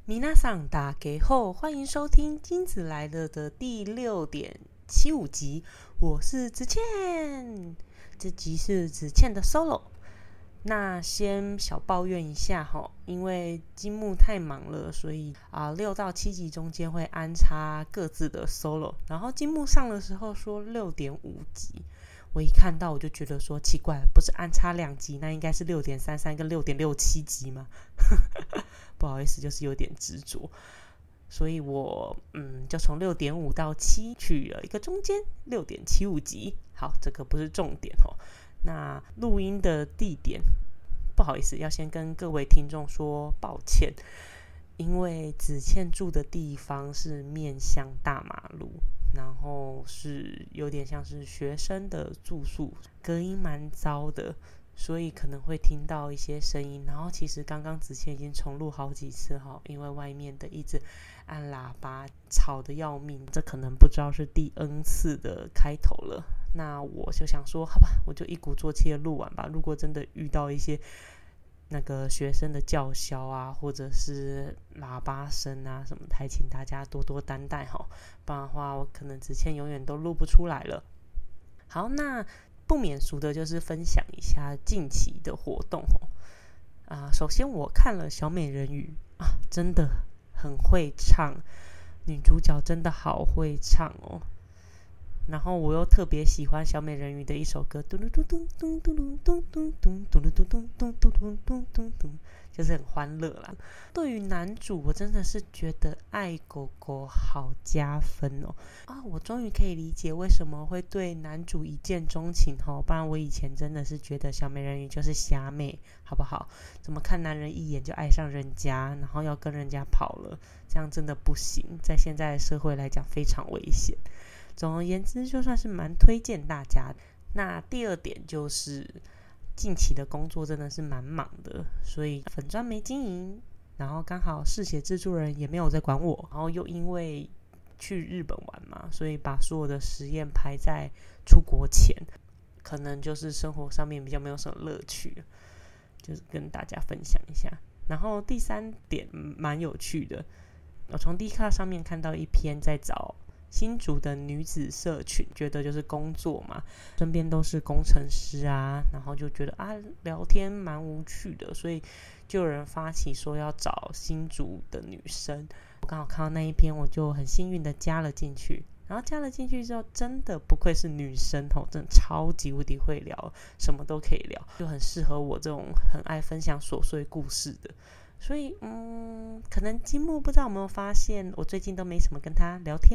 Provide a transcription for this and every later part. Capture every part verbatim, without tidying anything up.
皆さん大家好，欢迎收听金子来了的第六点七五集，我是子倩，这集是子倩的 solo。那先小抱怨一下齁，因为金木太忙了，所以啊六到七集中间会安插各自的 solo， 然后金木上的时候说六点五集，我一看到我就觉得说奇怪，不是安插两集，那应该是六点三三跟六点六七集吗？不好意思，就是有点执着，所以我嗯就从六点五到七取了一个中间六点七五集。好，这个不是重点哦。那录音的地点，不好意思，要先跟各位听众说抱歉，因为子倩住的地方是面向大马路，然后是有点像是学生的住宿，隔音蛮糟的，所以可能会听到一些声音。然后其实刚刚子倩已经重录好几次，因为外面的一直按喇叭吵得要命，这可能不知道是第 N 次的开头了。那我就想说好吧，我就一鼓作气的录完吧。如果真的遇到一些那个学生的叫嚣啊，或者是喇叭声啊什么，还请大家多多担待齁，不然的话我可能子倩永远都录不出来了。好，那不免俗的就是分享一下近期的活动齁。啊，首先我看了小美人鱼啊，真的很会唱，女主角真的好会唱哦。然后我又特别喜欢小美人鱼的一首歌，嘟噜嘟嘟嘟嘟嘟嘟嘟嘟嘟噜嘟嘟嘟嘟嘟嘟嘟嘟，就是很欢乐啦。对于男主，我真的是觉得爱狗狗好加分哦。啊，我终于可以理解为什么会对男主一见钟情哦，不然我以前真的是觉得小美人鱼就是瞎妹，好不好？怎么看男人一眼就爱上人家，然后要跟人家跑了，这样真的不行，在现在的社会来讲非常危险。总而言之，就算是蛮推荐大家的。那第二点就是近期的工作真的是蛮忙的，所以粉专没经营，然后刚好视写制作人也没有在管我，然后又因为去日本玩嘛，所以把所有的实验排在出国前，可能就是生活上面比较没有什么乐趣，就是跟大家分享一下。然后第三点蛮有趣的，我从 D 卡上面看到一篇在找新竹的女子社群，觉得就是工作嘛，身边都是工程师啊，然后就觉得啊聊天蛮无趣的，所以就有人发起说要找新竹的女生。我刚好看到那一篇，我就很幸运的加了进去。然后加了进去之后，真的不愧是女生哦，真的超级无敌会聊，什么都可以聊，就很适合我这种很爱分享琐碎故事的。所以嗯，可能金木不知道有没有发现，我最近都没什么跟他聊天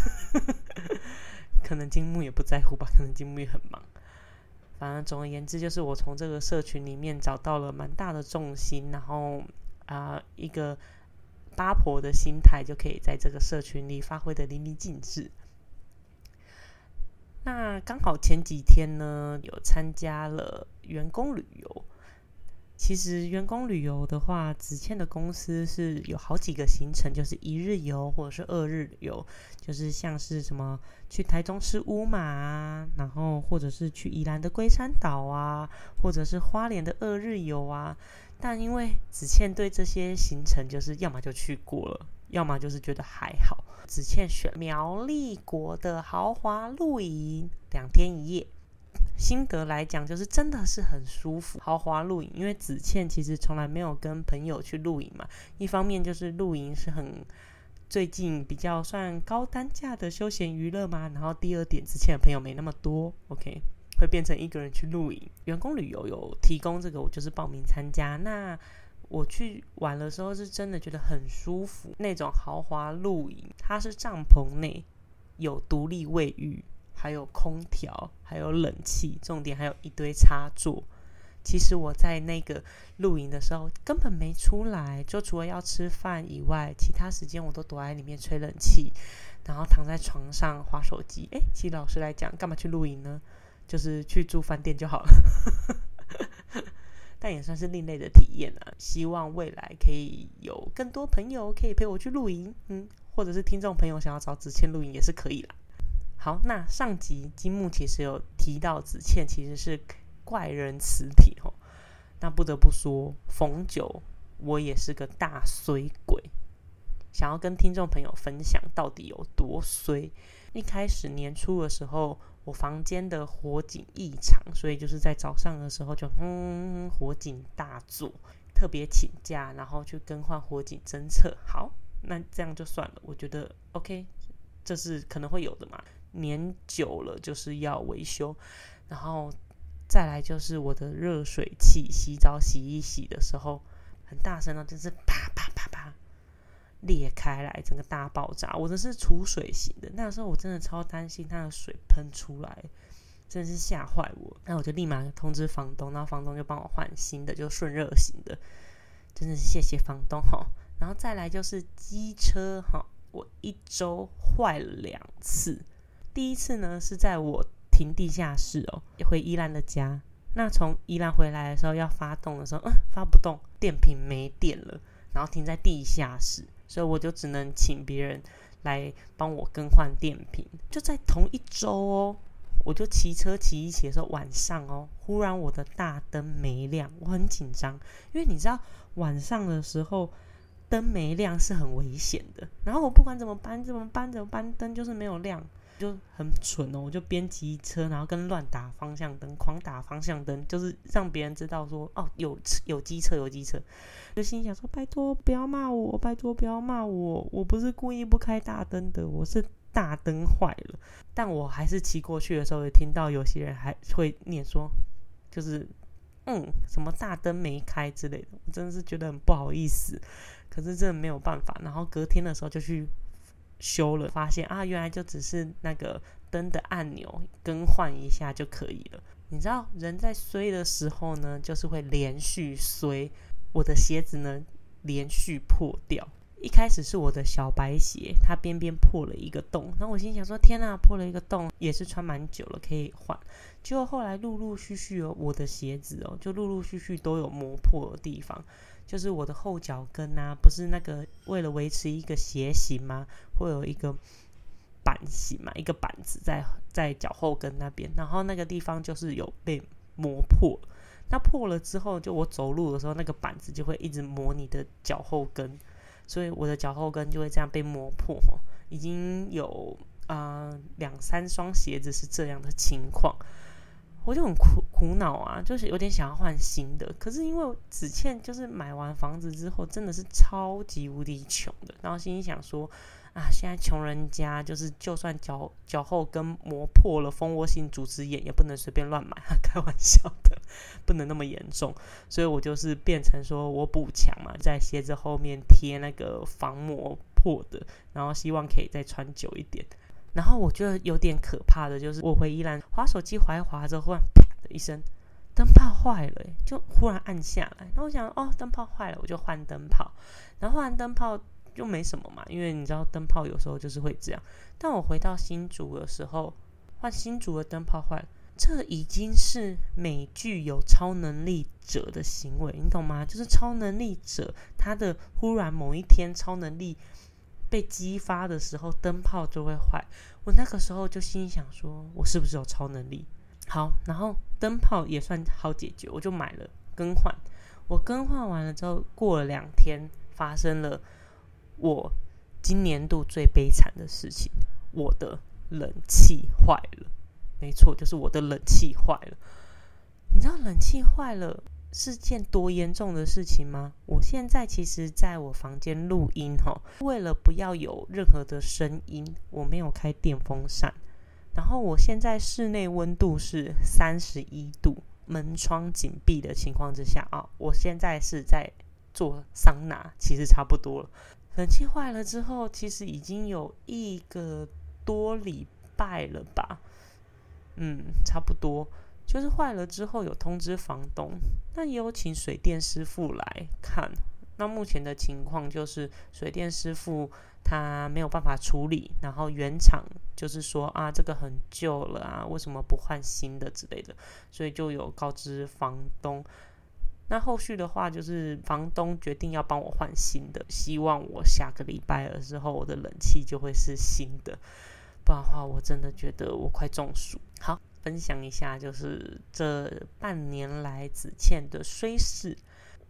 可能金木也不在乎吧，可能金木也很忙。反正总而言之，就是我从这个社群里面找到了蛮大的重心，然后啊、呃，一个八婆的心态就可以在这个社群里发挥的淋漓尽致。那刚好前几天呢，有参加了员工旅游。其实员工旅游的话，子倩的公司是有好几个行程，就是一日游或者是二日游，就是像是什么去台中吃乌马啊，然后或者是去宜兰的龟山岛啊，或者是花莲的二日游啊。但因为子倩对这些行程就是要么就去过了，要么就是觉得还好。子倩选苗栗国的豪华露营，两天一夜。心得来讲，就是真的是很舒服，豪华露营。因为子倩其实从来没有跟朋友去露营嘛，一方面就是露营是很最近比较算高单价的休闲娱乐嘛，然后第二点，子倩的朋友没那么多 ，OK， 会变成一个人去露营。员工旅游有提供这个，我就是报名参加。那我去玩的时候是真的觉得很舒服，那种豪华露营，它是帐篷内有独立卫浴，还有空调，还有冷气，重点还有一堆插座。其实我在那个露营的时候根本没出来，就除了要吃饭以外，其他时间我都躲在里面吹冷气，然后躺在床上滑手机。诶，其实老实来讲，干嘛去露营呢？就是去住饭店就好了但也算是另类的体验啊。希望未来可以有更多朋友可以陪我去露营，嗯，或者是听众朋友想要找子倩露营也是可以啦。好，那上集金木其实有提到子倩其实是怪人磁体哦，那不得不说逢九我也是个大衰鬼， 想要跟听众朋友分享到底有多衰。一开始年初的时候，我房间的火警异常，所以就是在早上的时候就嗯火警大作，特别请假，然后去更换火警侦测。好，那这样就算了，我觉得 OK， 这是可能会有的嘛，年久了就是要维修。然后再来就是我的热水器，洗澡洗一洗的时候很大声哦，就是啪啪啪啪裂开来，整个大爆炸。我这是储水型的，那时候我真的超担心它的水喷出来，真的是吓坏我。那我就立马通知房东，然后房东就帮我换新的，就顺热型的，真的是谢谢房东齁。然后再来就是机车齁，我一周坏了两次。第一次呢是在我停地下室哦，回宜兰的家。那从宜兰回来的时候要发动的时候，嗯，发不动，电瓶没电了，然后停在地下室，所以我就只能请别人来帮我更换电瓶。就在同一周哦，我就骑车骑一骑的时候，晚上哦，忽然我的大灯没亮，我很紧张，因为你知道晚上的时候灯没亮是很危险的。然后我不管怎么搬怎么搬怎么搬，灯就是没有亮。就很蠢哦，我就边骑车，然后跟乱打方向灯，狂打方向灯，就是让别人知道说，哦，有有机车，有机车。就心想说，拜托不要骂我，拜托不要骂我，我不是故意不开大灯的，我是大灯坏了。但我还是骑过去的时候，也听到有些人还会念说，就是嗯，什么大灯没开之类的，我真的是觉得很不好意思，可是真的没有办法。然后隔天的时候就去修了，发现啊，原来就只是那个灯的按钮更换一下就可以了。你知道人在衰的时候呢，就是会连续衰。我的鞋子呢连续破掉，一开始是我的小白鞋，它边边破了一个洞，然后我心想说天哪，破了一个洞也是穿蛮久了，可以换。结果后来陆陆续续哦，我的鞋子哦就陆陆续续都有磨破的地方，就是我的后脚跟啊，不是那个为了维持一个鞋型吗，会有一个板型嘛，一个板子在在脚后跟那边，然后那个地方就是有被磨破。那破了之后，就我走路的时候，那个板子就会一直磨你的脚后跟，所以我的脚后跟就会这样被磨破。已经有呃两三双鞋子是这样的情况，我就很苦苦恼啊，就是有点想要换新的。可是因为子倩就是买完房子之后，真的是超级无敌穷的，然后心里想说。啊，现在穷人家就是就算脚脚后跟磨破了，蜂窝性组织炎也不能随便乱买，开玩笑的，不能那么严重。所以我就是变成说我补强嘛，在鞋子后面贴那个防磨破的，然后希望可以再穿久一点。然后我觉得有点可怕的就是，我回宜兰滑手机滑一滑之后，忽然啪的一声，灯泡坏了，就忽然按下来。然后我想，哦，灯泡坏了，我就换灯泡。然后换灯泡。就没什么嘛，因为你知道灯泡有时候就是会这样。但我回到新竹的时候，换新竹的灯泡坏了，这已经是美剧有超能力者的行为，你懂吗？就是超能力者他的忽然某一天超能力被激发的时候，灯泡就会坏。我那个时候就心想说，我是不是有超能力？好，然后灯泡也算好解决，我就买了更换。我更换完了之后，过了两天，发生了。我今年度最悲惨的事情，我的冷气坏了。没错，就是我的冷气坏了。你知道冷气坏了是件多严重的事情吗？我现在其实在我房间录音，为了不要有任何的声音，我没有开电风扇。然后我现在室内温度是三十一度，门窗紧闭的情况之下啊，我现在是在做桑拿，其实差不多了。冷气坏了之后，其实已经有一个多礼拜了吧，嗯，差不多。就是坏了之后有通知房东，那也有请水电师傅来看。那目前的情况就是水电师傅他没有办法处理，然后原厂就是说啊，这个很旧了啊，为什么不换新的之类的，所以就有告知房东。那后续的话就是房东决定要帮我换新的，希望我下个礼拜的时候我的冷气就会是新的，不然的话我真的觉得我快中暑。好，分享一下就是这半年来子倩的衰事。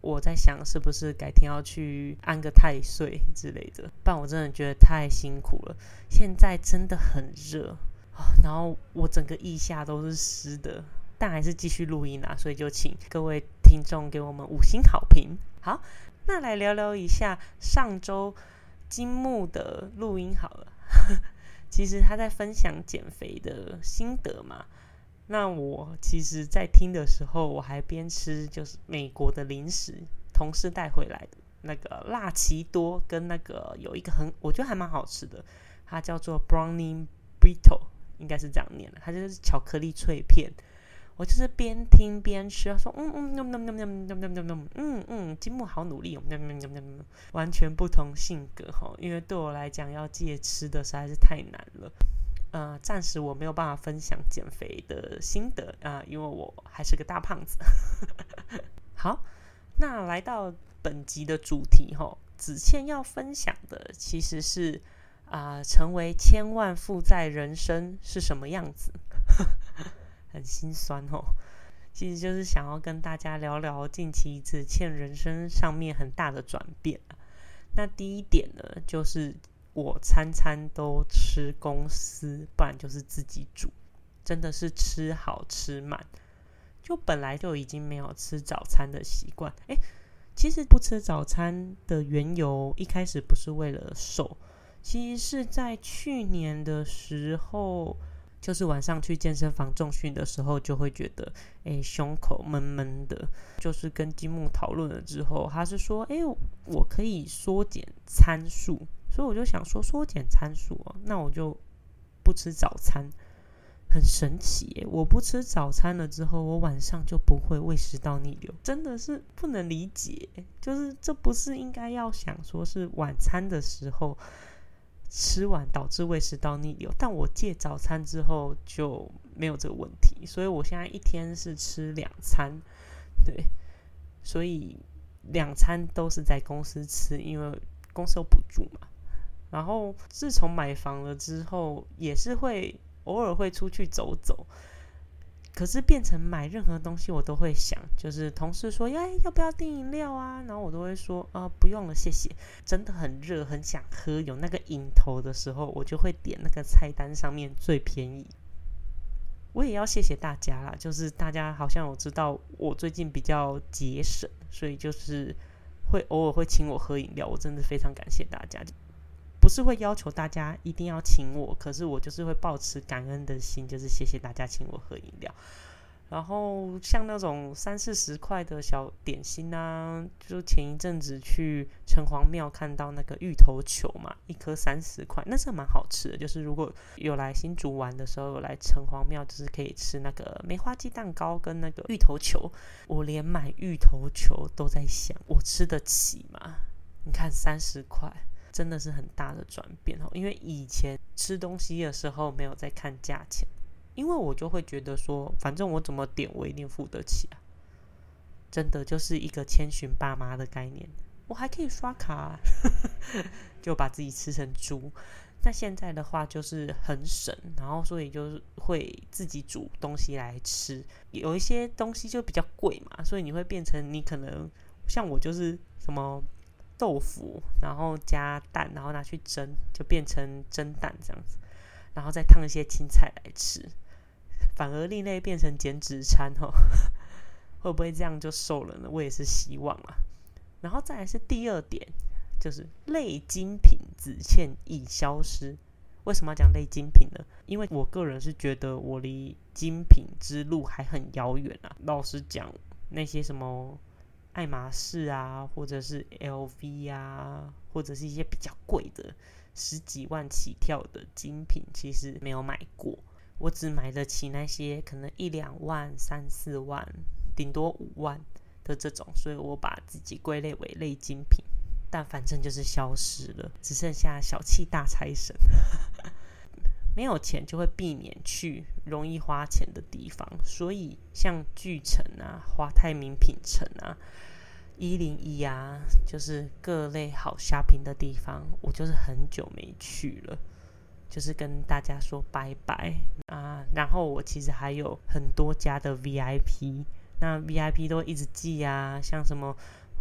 我在想是不是改天要去安个太岁之类的，不然我真的觉得太辛苦了。现在真的很热，然后我整个腋下都是湿的，但还是继续录音啊，所以就请各位听众给我们五星好评。好，那来聊聊一下上周金木的录音好了。其实他在分享减肥的心得嘛，那我其实在听的时候，我还边吃就是美国的零食，同事带回来的那个辣奇多，跟那个有一个很我觉得还蛮好吃的，它叫做 Brownie Brittle， 应该是这样念的，它就是巧克力脆片。我就是边听边吃，他说嗯嗯嗯嗯嗯嗯嗯嗯，金木好努力，完全不同性格哈，因为对我来讲要戒吃的实在是太难了。呃，暂时我没有办法分享减肥的心得啊、呃，因为我还是个大胖子。好，那来到本集的主题哈，子倩要分享的其实是啊、呃，成为千万负债人生是什么样子。很心酸哦，其实就是想要跟大家聊聊近期子倩人生上面很大的转变。那第一点呢，就是我餐餐都吃公司，不然就是自己煮，真的是吃好吃满。就本来就已经没有吃早餐的习惯，诶，其实不吃早餐的缘由一开始不是为了瘦，其实是在去年的时候。就是晚上去健身房重训的时候，就会觉得诶胸口闷闷的。就是跟金木讨论了之后，他是说诶我可以缩减参数，所以我就想说缩减参数、哦、那我就不吃早餐。很神奇耶，我不吃早餐了之后，我晚上就不会胃食道逆流，真的是不能理解。就是这不是应该要想说是晚餐的时候吃完导致胃食道逆流，但我戒早餐之后就没有这个问题，所以我现在一天是吃两餐，对，所以两餐都是在公司吃，因为公司有补助嘛。然后自从买房了之后，也是会偶尔会出去走走。可是变成买任何东西我都会想，就是同事说要要不要订饮料啊，然后我都会说呃不用了谢谢。真的很热很想喝有那个瘾头的时候，我就会点那个菜单上面最便宜。我也要谢谢大家啦，就是大家好像有知道我最近比较节省，所以就是会偶尔会请我喝饮料，我真的非常感谢大家。不是会要求大家一定要请我，可是我就是会抱持感恩的心，就是谢谢大家请我喝饮料。然后像那种三四十块的小点心啊，就前一阵子去城隍庙看到那个芋头球嘛，一颗三十块，那是蛮好吃的。就是如果有来新竹玩的时候，有来城隍庙，就是可以吃那个梅花鸡蛋糕跟那个芋头球。我连买芋头球都在想，我吃得起吗？你看三十块。真的是很大的转变，因为以前吃东西的时候没有在看价钱，因为我就会觉得说反正我怎么点我一定付得起啊，真的就是一个千寻爸妈的概念，我还可以刷卡、啊、就把自己吃成猪。那现在的话就是很省，然后所以就会自己煮东西来吃，有一些东西就比较贵嘛，所以你会变成你可能像我就是什么豆腐，然后加蛋，然后拿去蒸，就变成蒸蛋这样子，然后再烫一些青菜来吃，反而另类变成减脂餐哦。会不会这样就瘦了呢？我也是希望啦。然后再来是第二点，就是类精品子倩已消失。为什么要讲类精品呢？因为我个人是觉得我离精品之路还很遥远啊。老实讲，那些什么爱马仕啊，或者是 L V 啊，或者是一些比较贵的十几万起跳的精品，其实没有买过。我只买得起那些可能一两万、三四万，顶多五万的这种，所以我把自己归类为类精品。但反正就是消失了，只剩下小气大财神。没有钱就会避免去容易花钱的地方，所以像巨城啊、华泰名品城啊、一零一啊，就是各类好 shopping 的地方，我就是很久没去了，就是跟大家说拜拜啊。然后我其实还有很多家的 V I P， 那 V I P 都一直寄啊，像什么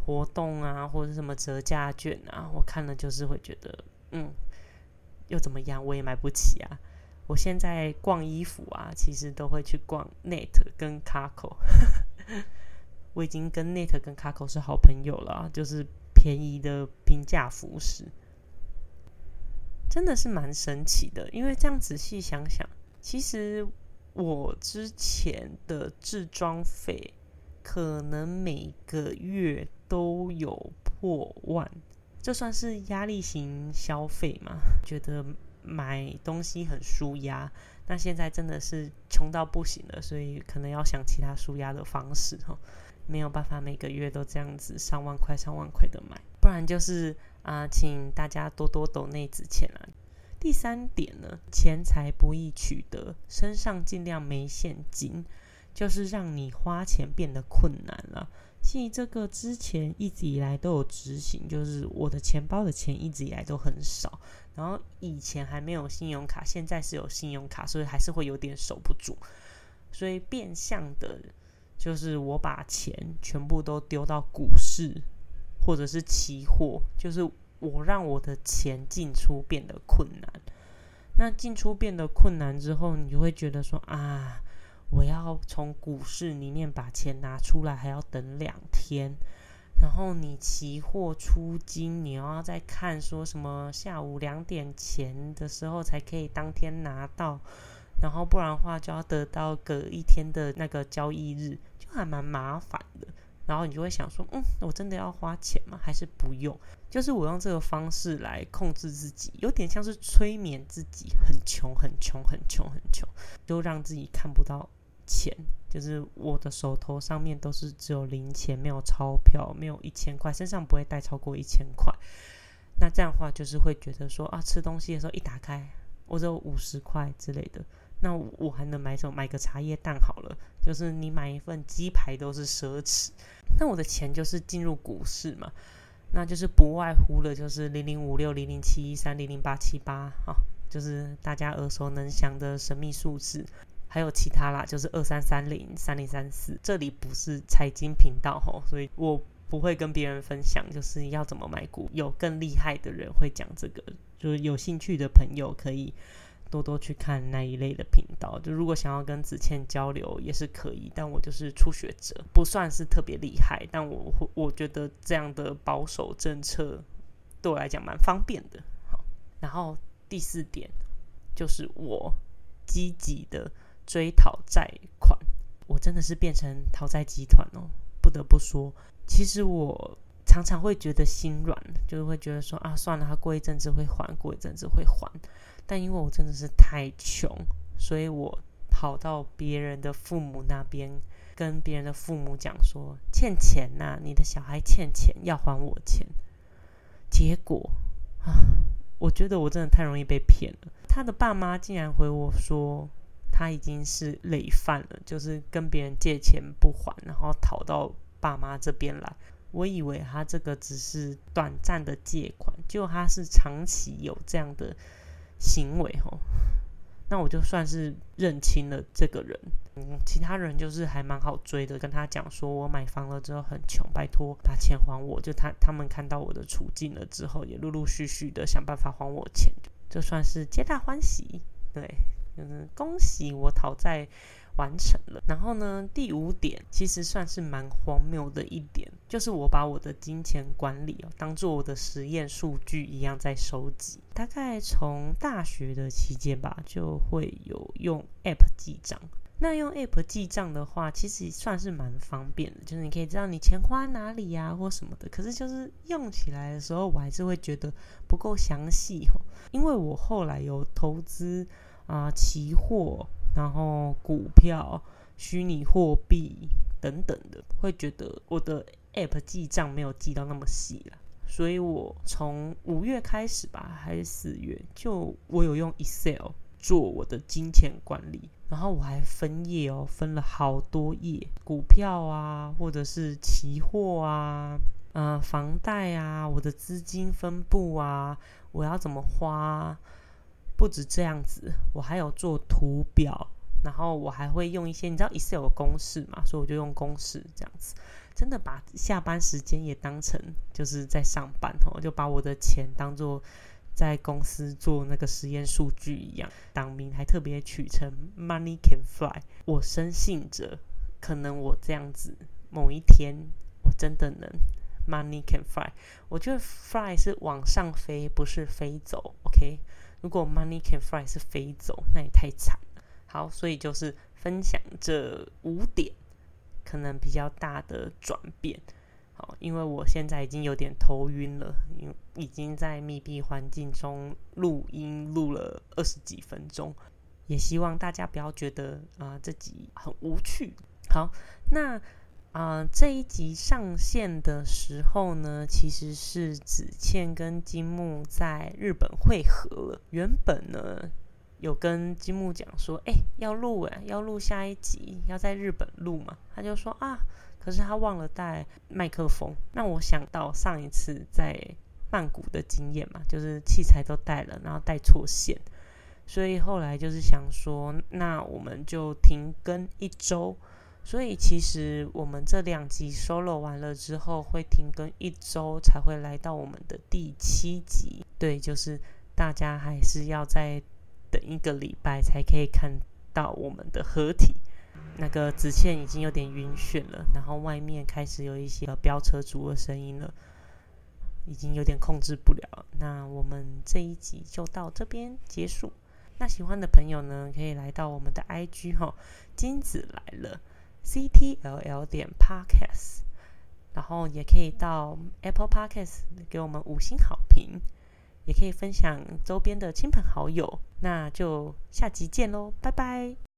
活动啊，或者是什么折价券啊，我看了就是会觉得，嗯，又怎么样，我也买不起啊。我现在逛衣服啊，其实都会去逛 Net 跟 Carco 我已经跟 Net 跟 Carco 是好朋友了啊，就是便宜的平价服饰，真的是蛮神奇的。因为这样仔细想想，其实我之前的置装费可能每个月都有破万，这算是压力型消费吗？觉得买东西很抒压，那现在真的是穷到不行了，所以可能要想其他抒压的方式，没有办法每个月都这样子上万块上万块的买，不然就是啊、呃，请大家多多抖内子钱啊。第三点呢，钱财不易取得，身上尽量没现金，就是让你花钱变得困难了。其实这个之前一直以来都有执行，就是我的钱包的钱一直以来都很少，然后以前还没有信用卡，现在是有信用卡，所以还是会有点守不住，所以变相的就是我把钱全部都丢到股市或者是期货，就是我让我的钱进出变得困难。那进出变得困难之后，你就会觉得说啊，我要从股市里面把钱拿出来还要等两天，然后你期货出金，你要再看说什么下午两点前的时候才可以当天拿到，然后不然的话就要得到隔一天的那个交易日，就还蛮麻烦的。然后你就会想说，嗯，我真的要花钱吗？还是不用？就是我用这个方式来控制自己，有点像是催眠自己，很穷很穷很穷很穷，就让自己看不到钱，就是我的手头上面都是只有零钱，没有钞票，没有一千块，身上不会带超过一千块。那这样的话，就是会觉得说啊，吃东西的时候一打开，我只有五十块之类的。那我还能买什么？买个茶叶蛋好了，就是你买一份鸡排都是奢侈。那我的钱就是进入股市嘛，那就是不外乎了，就是零零五六、零零七一三、零零八七八，就是大家耳熟能详的神秘数字，还有其他啦，就是二三三零、三零三四。这里不是财经频道吼，所以我不会跟别人分享就是要怎么买股，有更厉害的人会讲这个，就是有兴趣的朋友可以多多去看那一类的频道，就如果想要跟子倩交流也是可以，但我就是初学者，不算是特别厉害，但我我觉得这样的保守政策对我来讲蛮方便的。好，然后第四点就是我积极的追讨债款，我真的是变成讨债集团哦，不得不说，其实我常常会觉得心软，就是会觉得说啊，算了，他过一阵子会还，过一阵子会还。但因为我真的是太穷，所以我跑到别人的父母那边，跟别人的父母讲说欠钱啊，你的小孩欠钱，要还我钱。结果啊，我觉得我真的太容易被骗了。他的爸妈竟然回我说，他已经是累犯了，就是跟别人借钱不还，然后逃到爸妈这边来。我以为他这个只是短暂的借款，结果他是长期有这样的行为吼，那我就算是认清了这个人。嗯，其他人就是还蛮好追的，跟他讲说我买房了之后很穷，拜托把钱还我。就他他们看到我的处境了之后，也陆陆续续的想办法还我钱，这算是皆大欢喜。对，就是恭喜我讨债完成了。然后呢，第五点其实算是蛮荒谬的一点，就是我把我的金钱管理、哦、当作我的实验数据一样在收集。大概从大学的期间吧，就会有用 App 记账。那用 App 记账的话，其实算是蛮方便的，就是你可以知道你钱花哪里啊或什么的。可是就是用起来的时候，我还是会觉得不够详细、哦、因为我后来有投资啊、呃、期货，然后股票、虚拟货币等等的，会觉得我的 App 记账没有记到那么细啦。所以我从五月开始吧，还是四月，就我有用 Excel 做我的金钱管理，然后我还分页哦，分了好多页，股票啊，或者是期货啊，呃，房贷啊，我的资金分布啊，我要怎么花啊。不止这样子，我还有做图表， 然后我还会用一些你知道 Excel 的公式嘛，所以我就用公式这样子，真的把下班时间也当成就是在上班哦，就把我的钱当作在公司做那个实验数据一样，党名还特别取成 Money Can Fly。 我深信着可能我这样子某一天我真的能 Money Can Fly。 我觉得 Fly 是往上飞，不是飞走 OK， 如果 Money Can Fly 是飞走，那也太惨了。好，所以就是分享这五点可能比较大的转变。好，因为我现在已经有点头晕了，已经在密闭环境中录音录了二十几分钟，也希望大家不要觉得啊、呃、这集很无趣。好，那啊、呃、这一集上线的时候呢，其实是子倩跟金木在日本会合了。原本呢有跟金木讲说，哎、欸，要录哎，要录下一集，要在日本录嘛。他就说啊，可是他忘了带麦克风。那我想到上一次在曼谷的经验嘛，就是器材都带了，然后带错线，所以后来就是想说，那我们就停更一周。所以其实我们这两集 solo 完了之后，会停更一周才会来到我们的第七集。对，就是大家还是要再等一个礼拜才可以看到我们的合体。那个子倩已经有点晕眩了，然后外面开始有一些飙车族的声音了，已经有点控制不了了。那我们这一集就到这边结束。那喜欢的朋友呢，可以来到我们的 I G 齁，金子来了 C T L L 点 Podcast， 然后也可以到 Apple Podcast 给我们五星好评，也可以分享周边的亲朋好友。那就下集见咯，拜拜。